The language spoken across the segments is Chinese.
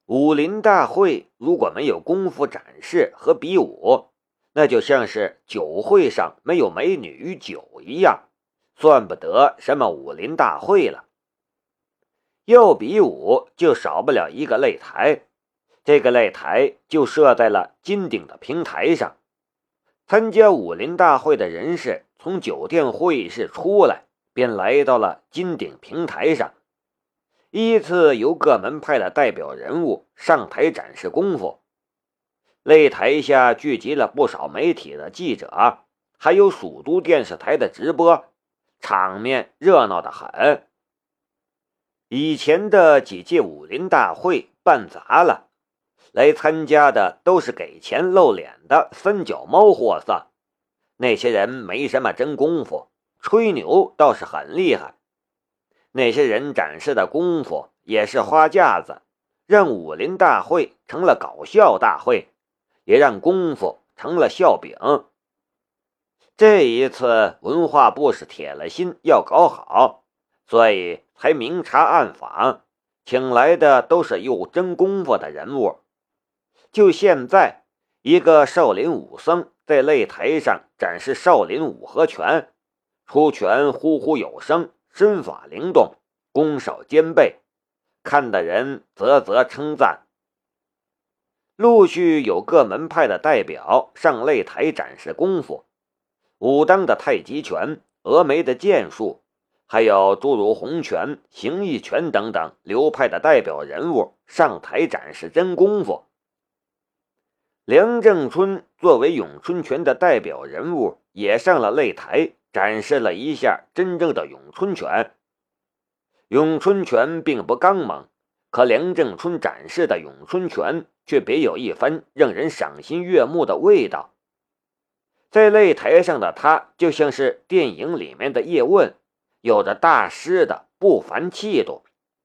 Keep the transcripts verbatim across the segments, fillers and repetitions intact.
武林大会如果没有功夫展示和比武，那就像是酒会上没有美女与酒一样，算不得什么武林大会了。要比武就少不了一个擂台，这个擂台就设在了金顶的平台上。参加武林大会的人士从酒店会议室出来，便来到了金顶平台上，依次由各门派的代表人物上台展示功夫。擂台下聚集了不少媒体的记者，还有蜀都电视台的直播，场面热闹得很。以前的几届武林大会办砸了，来参加的都是给钱露脸的三脚猫货色，那些人没什么真功夫，吹牛倒是很厉害。那些人展示的功夫也是花架子，让武林大会成了搞笑大会，也让功夫成了笑柄。这一次文化部是铁了心要搞好，所以才明察暗访，请来的都是有真功夫的人物。就现在，一个少林武僧在擂台上展示少林五合拳，出拳呼呼有声，身法灵动，攻守兼备，看的人啧啧称赞。陆续有各门派的代表上擂台展示功夫，武当的太极拳、峨眉的剑术，还有诸如洪拳、形意拳等等流派的代表人物上台展示真功夫。梁正春作为咏春拳的代表人物，也上了擂台，展示了一下真正的咏春拳。咏春拳并不刚猛，可梁正春展示的咏春拳却别有一番让人赏心悦目的味道。在擂台上的他就像是电影里面的叶问，有着大师的不凡气度。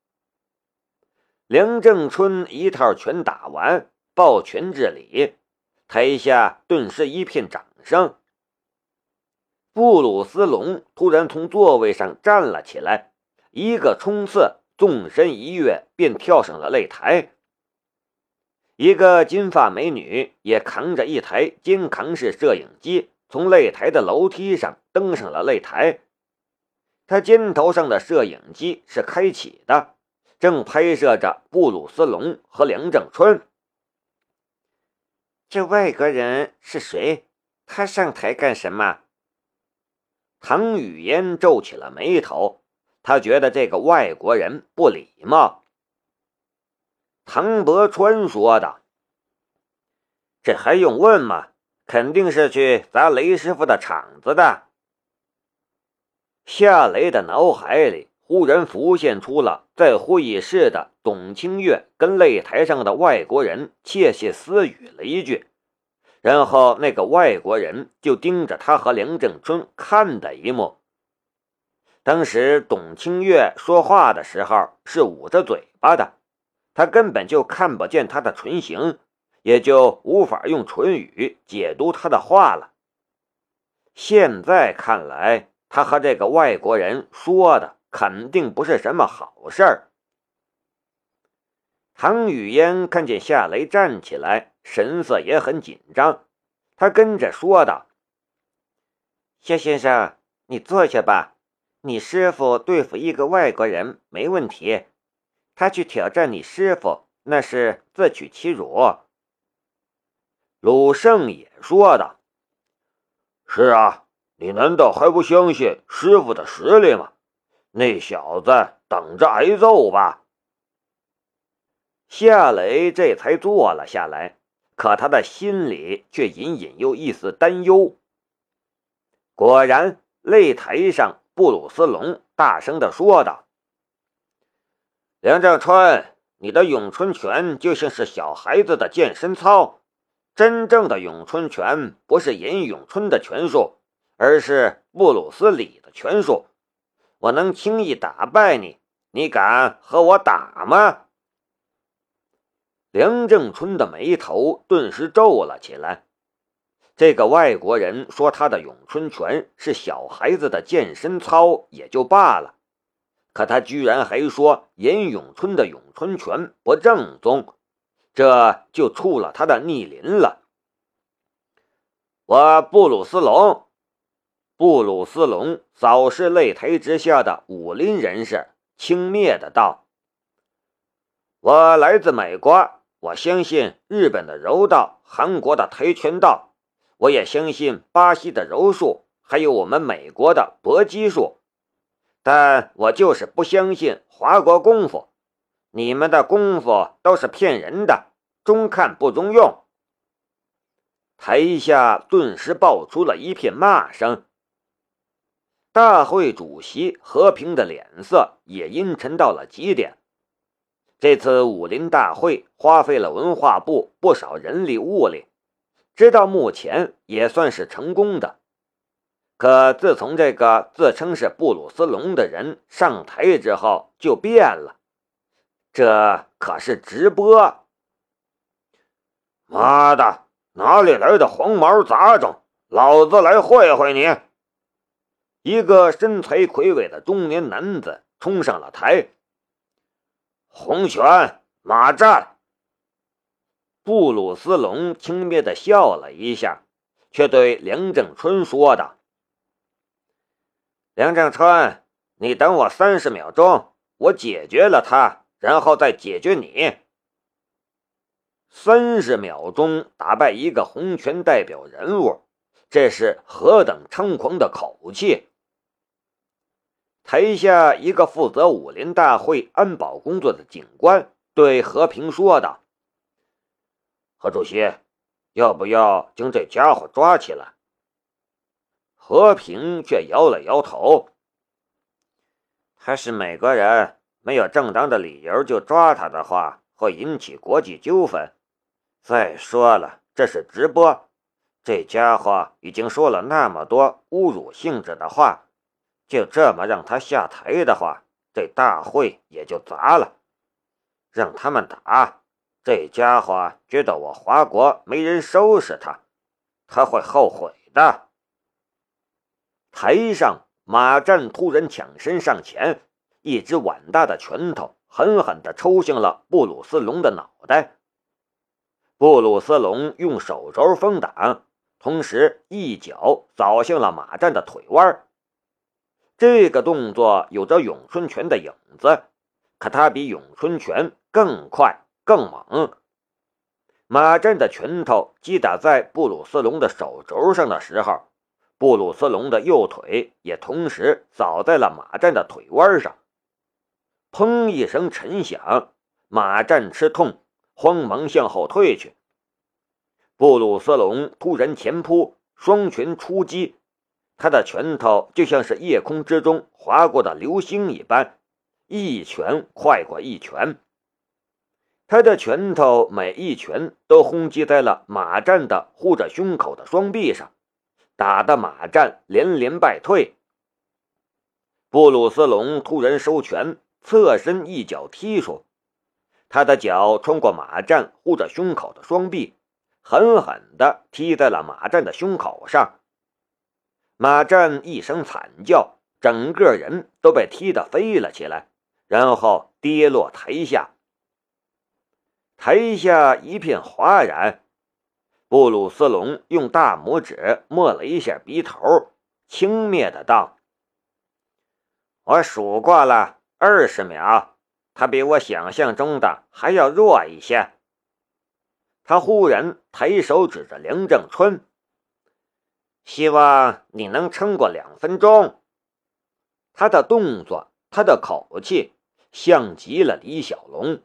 梁正春一套拳打完，抱拳致礼，台下顿时一片掌声。布鲁斯龙突然从座位上站了起来，一个冲刺，纵身一跃，便跳上了擂台。一个金发美女也扛着一台肩扛式摄影机，从擂台的楼梯上登上了擂台。她肩头上的摄影机是开启的，正拍摄着布鲁斯龙和梁正春。这外国人是谁？他上台干什么？唐语嫣皱起了眉头，他觉得这个外国人不礼貌。唐伯川说道：“这还用问吗？肯定是去砸雷师傅的场子的。”夏雷的脑海里忽然浮现出了在会议室的董清月跟擂台上的外国人窃窃私语了一句，然后那个外国人就盯着他和梁正春看的一幕。当时董清月说话的时候是捂着嘴巴的，他根本就看不见他的唇形，也就无法用唇语解读他的话了。现在看来，他和这个外国人说的肯定不是什么好事儿。唐雨嫣看见夏雷站起来，神色也很紧张，他跟着说道：“夏先生，你坐下吧，你师傅对付一个外国人没问题，他去挑战你师傅，那是自取其辱。”鲁胜也说道：“是啊，你难道还不相信师傅的实力吗？那小子等着挨揍吧。”夏雷这才坐了下来，可他的心里却隐隐有一丝担忧。果然，擂台上布鲁斯龙大声地说道：“梁正春，你的咏春拳就像是小孩子的健身操，真正的咏春拳不是严咏春的拳术，而是布鲁斯李的拳术。我能轻易打败你，你敢和我打吗？”梁正春的眉头顿时皱了起来。这个外国人说他的咏春拳是小孩子的健身操也就罢了，可他居然还说严咏春的咏春拳不正宗， 这就触了他的逆鳞了。我布鲁斯龙，布鲁斯龙扫视擂台之下的武林人士，轻蔑的道：我来自美国，我相信日本的柔道，韩国的跆拳道，我也相信巴西的柔术，还有我们美国的搏击术，但我就是不相信华国功夫。你们的功夫都是骗人的，中看不中用。台下顿时爆出了一片骂声。大会主席和平的脸色也阴沉到了极点。这次武林大会花费了文化部不少人力物力，直到目前也算是成功的。可自从这个自称是布鲁斯龙的人上台之后就变了，这可是直播。妈的，哪里来的黄毛杂种，老子来会会你！一个身材魁伟的中年男子冲上了台。洪拳，马战。布鲁斯龙轻蔑地笑了一下，却对梁正春说道：梁正春，你等我三十秒钟，我解决了他，然后再解决你。三十秒钟打败一个洪拳代表人物，这是何等猖狂的口气！台下一个负责武林大会安保工作的警官对和平说道：何主席，要不要将这家伙抓起来？和平却摇了摇头。他是美国人，没有正当的理由就抓他的话，会引起国际纠纷。再说了，这是直播，这家伙已经说了那么多侮辱性质的话，就这么让他下台的话，这大会也就砸了。让他们打，这家伙觉得我华国没人收拾他，他会后悔的。台上，马战突然抢身上前，一只碗大的拳头狠狠地抽向了布鲁斯龙的脑袋。布鲁斯龙用手肘封挡，同时一脚扫向了马战的腿弯。这个动作有着咏春拳的影子，可它比咏春拳更快更猛。马战的拳头击打在布鲁斯龙的手肘上的时候，布鲁斯龙的右腿也同时扫在了马战的腿弯上。砰一声沉响，马战吃痛，慌忙向后退去。布鲁斯龙突然前扑，双拳出击，他的拳头就像是夜空之中划过的流星一般，一拳快过一拳。他的拳头每一拳都轰击在了马战的护着胸口的双臂上，打得马战连连败退。布鲁斯龙突然收拳，侧身一脚踢出，他的脚穿过马战护着胸口的双臂，狠狠地踢在了马战的胸口上。马战一声惨叫，整个人都被踢得飞了起来，然后跌落台下。台下一片哗然。布鲁斯龙用大拇指摸了一下鼻头，轻蔑的道：我数过了二十秒，他比我想象中的还要弱一些。他忽然抬手指着梁正春：希望你能撑过两分钟。他的动作，他的口气，像极了李小龙。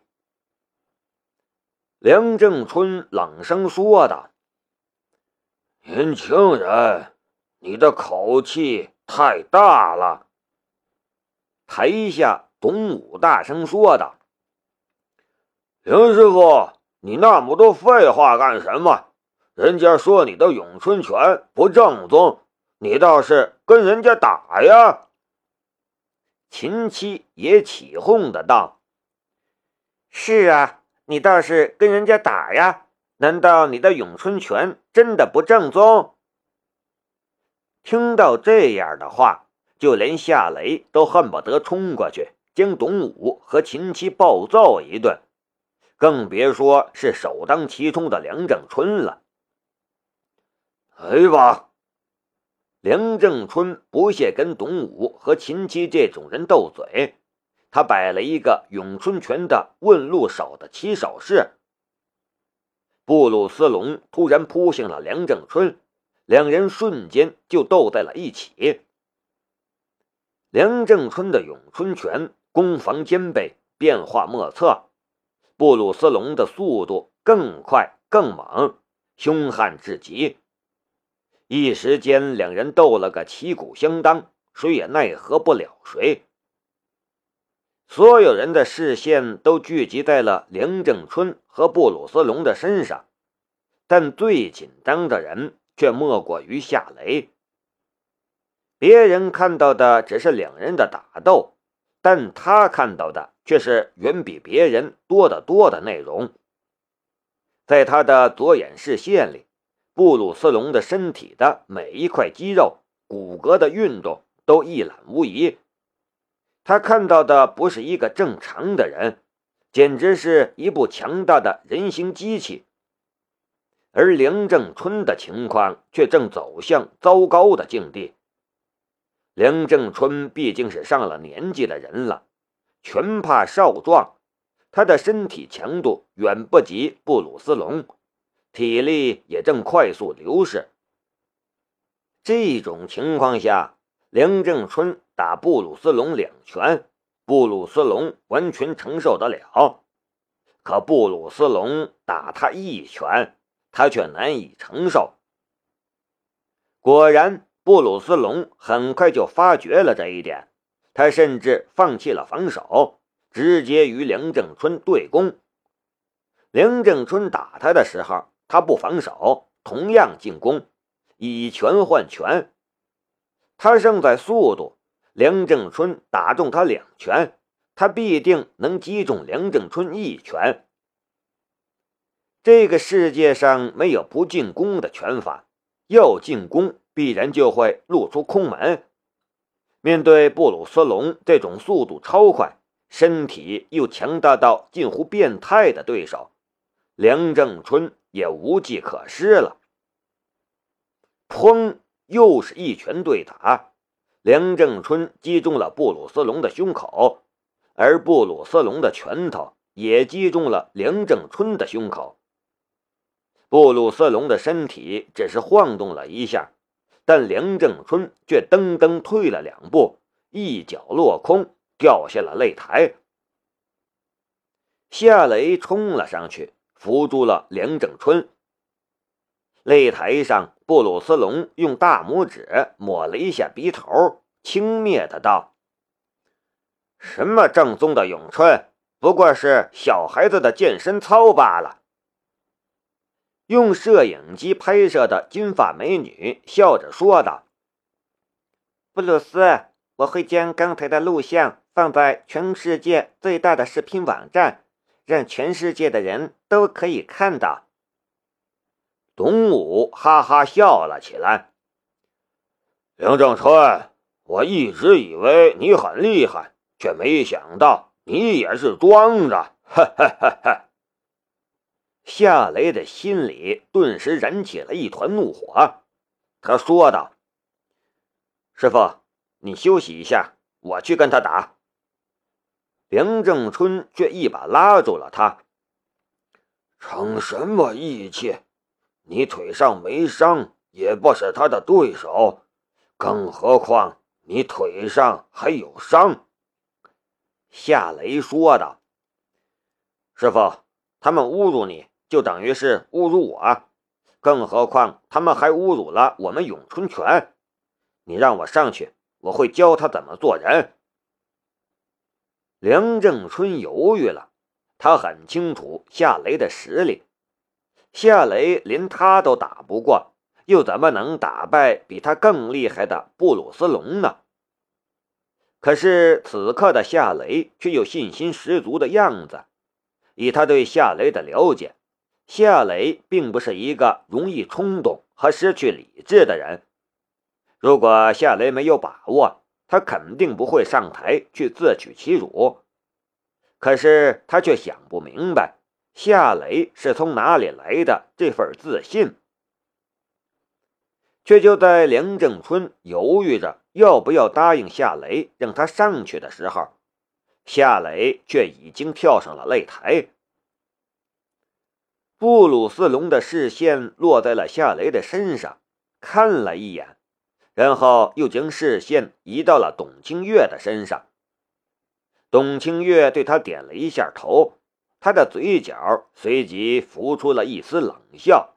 梁正春冷声说道：年轻人，你的口气太大了。台下董武大声说道：梁师傅，你那么多废话干什么？人家说你的咏春拳不正宗，你倒是跟人家打呀。秦七也起哄的道：是啊，你倒是跟人家打呀，难道你的咏春拳真的不正宗？听到这样的话，就连夏雷都恨不得冲过去将董武和秦七暴揍一顿。 更别说是首当其冲的梁正春了。来吧！梁正春不屑跟董武和秦七这种人斗嘴，他摆了一个咏春拳的问路手的起手式。布鲁斯龙突然扑向了梁正春，两人瞬间就斗在了一起。梁正春的咏春拳攻防兼备，变化莫测，布鲁斯龙的速度更快更猛，凶悍至极。一时间两人斗了个旗鼓相当，谁也奈何不了谁。所有人的视线都聚集在了梁正春和布鲁斯龙的身上，但最紧张的人却莫过于夏雷。别人看到的只是两人的打斗，但他看到的却是远比别人多得多的内容。在他的左眼视线里，布鲁斯龙的身体的每一块肌肉、骨骼的运动都一览无遗。他看到的不是一个正常的人，简直是一部强大的人形机器。而梁正春的情况却正走向糟糕的境地。梁正春毕竟是上了年纪的人了，拳怕少壮，他的身体强度远不及布鲁斯龙，体力也正快速流逝。这种情况下，梁正春打布鲁斯龙两拳，布鲁斯龙完全承受得了，可布鲁斯龙打他一拳，他却难以承受。果然，布鲁斯龙很快就发觉了这一点，他甚至放弃了防守，直接与梁正春对攻。梁正春打他的时候，他不防守，同样进攻，以拳换拳。他胜在速度，梁正春打中他两拳，他必定能击中梁正春一拳。这个世界上没有不进攻的拳法，要进攻必然就会露出空门。面对布鲁斯龙这种速度超快、身体又强大到近乎变态的对手，梁正春也无计可施了。砰！又是一拳对打，梁正春击中了布鲁斯龙的胸口，而布鲁斯龙的拳头也击中了梁正春的胸口。布鲁斯龙的身体只是晃动了一下，但梁正春却噔噔退了两步，一脚落空，掉下了擂台。夏雷冲了上去，扶住了梁正春。擂台上，布鲁斯龙用大拇指抹了一下鼻头，轻蔑的道：“什么正宗的咏春，不过是小孩子的健身操罢了。”用摄影机拍摄的金发美女笑着说道：“布鲁斯，我会将刚才的录像放在全世界最大的视频网站，让全世界的人都可以看到。”董武哈哈笑了起来。梁正春，我一直以为你很厉害，却没想到你也是装的，哈哈哈哈。夏雷的心里顿时燃起了一团怒火，他说道：“师傅，你休息一下，我去跟他打。”梁正春却一把拉住了他：“逞什么义气？你腿上没伤，也不是他的对手，更何况你腿上还有伤。”夏雷说道：“师傅，他们侮辱你，就等于是侮辱我，更何况他们还侮辱了我们咏春拳。你让我上去，我会教他怎么做人。”梁正春犹豫了，他很清楚夏雷的实力，夏雷连他都打不过，又怎么能打败比他更厉害的布鲁斯龙呢？可是此刻的夏雷却有信心十足的样子。以他对夏雷的了解，夏雷并不是一个容易冲动和失去理智的人。如果夏雷没有把握，他肯定不会上台去自取其辱。可是他却想不明白， 夏雷是从哪里来的这份自信？却就在梁正春犹豫着要不要答应夏雷让他上去的时候，夏雷却已经跳上了擂台。布鲁斯龙的视线落在了夏雷的身上，看了一眼，然后又将视线移到了董清月的身上。董清月对他点了一下头，他的嘴角随即浮出了一丝冷笑。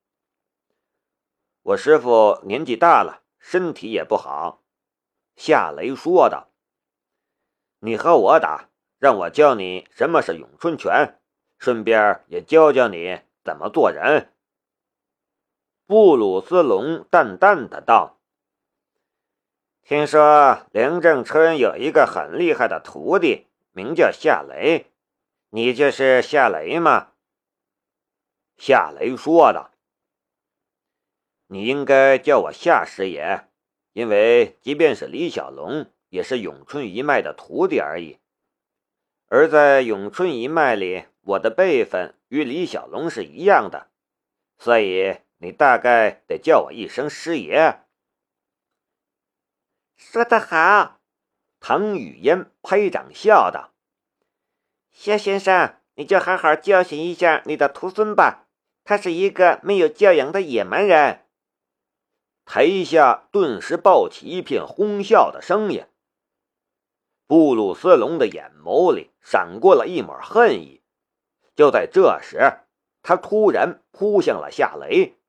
我师父年纪大了，身体也不好，夏雷说道。你和我打，让我教你什么是咏春拳，顺便也教教你怎么做人。布鲁斯龙淡淡的道。听说梁正春有一个很厉害的徒弟，名叫夏雷，你就是夏雷吗？夏雷说道。你应该叫我夏师爷，因为即便是李小龙也是咏春一脉的徒弟而已，而在咏春一脉里，我的辈分与李小龙是一样的，所以你大概得叫我一声师爷。 说得好， 唐雨嫣拍掌笑道。 夏先生，你就好好教训一下你的徒孙吧，他是一个没有教养的野蛮人。 台下顿时爆起一片哄笑的声音。布鲁斯龙的眼眸里闪过了一抹恨意。就在这时，他突然扑向了夏雷。